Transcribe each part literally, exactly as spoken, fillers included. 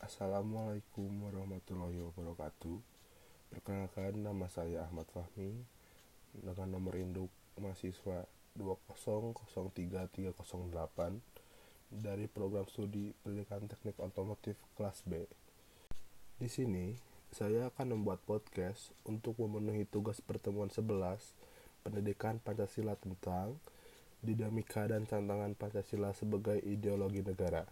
Assalamualaikum warahmatullahi wabarakatuh. Perkenalkan, nama saya Ahmad Fahmi dengan nomor induk mahasiswa dua nol nol tiga tiga nol delapan dari program studi Pendidikan Teknik Otomotif kelas B. Di sini, saya akan membuat podcast untuk memenuhi tugas pertemuan sebelas Pendidikan Pancasila tentang dinamika dan tantangan Pancasila sebagai ideologi negara.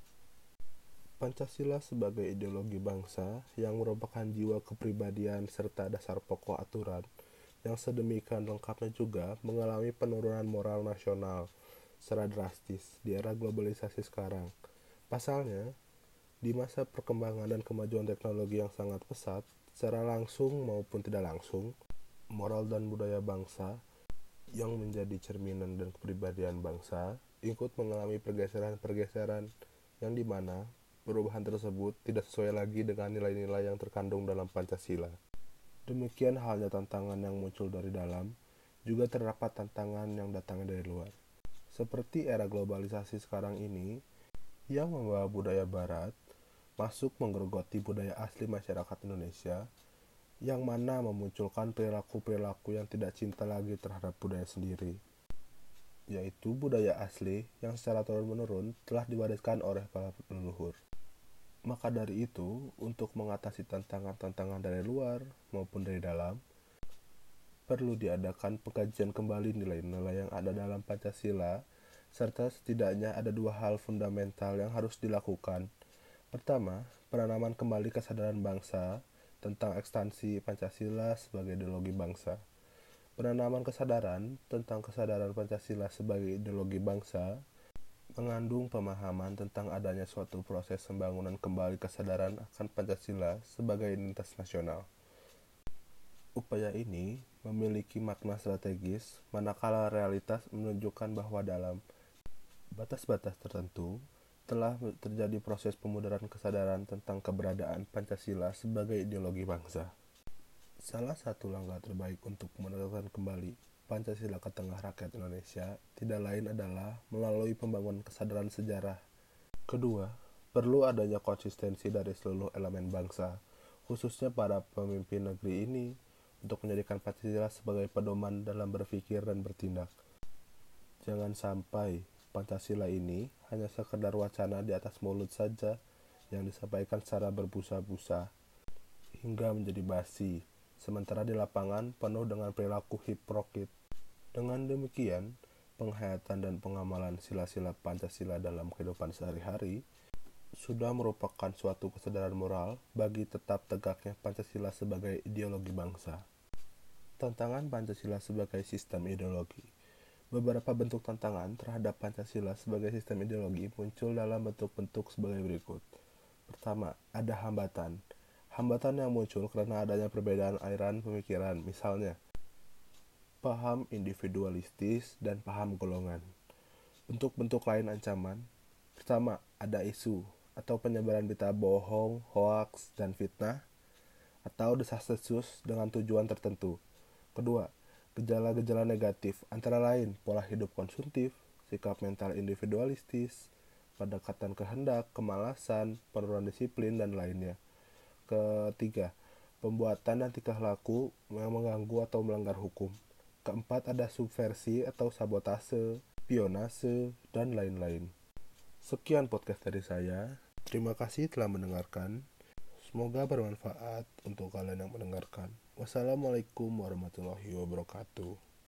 Pancasila sebagai ideologi bangsa yang merupakan jiwa kepribadian serta dasar pokok aturan yang sedemikian lengkapnya juga mengalami penurunan moral nasional secara drastis di era globalisasi sekarang. Pasalnya, di masa perkembangan dan kemajuan teknologi yang sangat pesat, secara langsung maupun tidak langsung, moral dan budaya bangsa yang menjadi cerminan dan kepribadian bangsa ikut mengalami pergeseran-pergeseran yang dimana perubahan tersebut tidak sesuai lagi dengan nilai-nilai yang terkandung dalam Pancasila. Demikian halnya tantangan yang muncul dari dalam, juga terdapat tantangan yang datang dari luar. Seperti era globalisasi sekarang ini, yang membawa budaya barat masuk menggerogoti budaya asli masyarakat Indonesia, yang mana memunculkan perilaku-perilaku yang tidak cinta lagi terhadap budaya sendiri, yaitu budaya asli yang secara turun-menurun telah diwariskan oleh para leluhur. Maka dari itu, untuk mengatasi tantangan-tantangan dari luar maupun dari dalam, perlu diadakan pengkajian kembali nilai-nilai yang ada dalam Pancasila, serta setidaknya ada dua hal fundamental yang harus dilakukan. Pertama, penanaman kembali kesadaran bangsa tentang ekstensi Pancasila sebagai ideologi bangsa. Penanaman kesadaran tentang kesadaran Pancasila sebagai ideologi bangsa mengandung pemahaman tentang adanya suatu proses pembangunan kembali kesadaran akan Pancasila sebagai identitas nasional. Upaya ini memiliki makna strategis manakala realitas menunjukkan bahwa dalam batas-batas tertentu telah terjadi proses pemudaran kesadaran tentang keberadaan Pancasila sebagai ideologi bangsa. Salah satu langkah terbaik untuk menetapkan kembali Pancasila ke tengah rakyat Indonesia tidak lain adalah melalui pembangunan kesadaran sejarah. Kedua, perlu adanya konsistensi dari seluruh elemen bangsa, khususnya para pemimpin negeri ini, untuk menjadikan Pancasila sebagai pedoman dalam berpikir dan bertindak. Jangan sampai Pancasila ini hanya sekedar wacana di atas mulut saja yang disampaikan secara berbusa-busa hingga menjadi basi, sementara di lapangan penuh dengan perilaku hipokrit. Dengan demikian, penghayatan dan pengamalan sila-sila Pancasila dalam kehidupan sehari-hari sudah merupakan suatu kesadaran moral bagi tetap tegaknya Pancasila sebagai ideologi bangsa. Tantangan Pancasila sebagai sistem ideologi. Beberapa bentuk tantangan terhadap Pancasila sebagai sistem ideologi muncul dalam bentuk-bentuk sebagai berikut. Pertama, ada hambatan. Hambatan yang muncul karena adanya perbedaan aliran pemikiran, misalnya paham individualistis dan paham golongan. Bentuk-bentuk lain ancaman. Pertama, ada isu atau penyebaran berita bohong, hoaks, dan fitnah, atau desas-desus dengan tujuan tertentu. Kedua, gejala-gejala negatif antara lain pola hidup konsumtif, sikap mental individualistis, pendekatan kehendak, kemalasan, penurunan disiplin, dan lainnya. Ketiga, pembuatan dan tingkah laku yang mengganggu atau melanggar hukum. Keempat, ada subversi atau sabotase, spionase, dan lain-lain. Sekian podcast dari saya. Terima kasih telah mendengarkan. Semoga bermanfaat untuk kalian yang mendengarkan. Wassalamualaikum warahmatullahi wabarakatuh.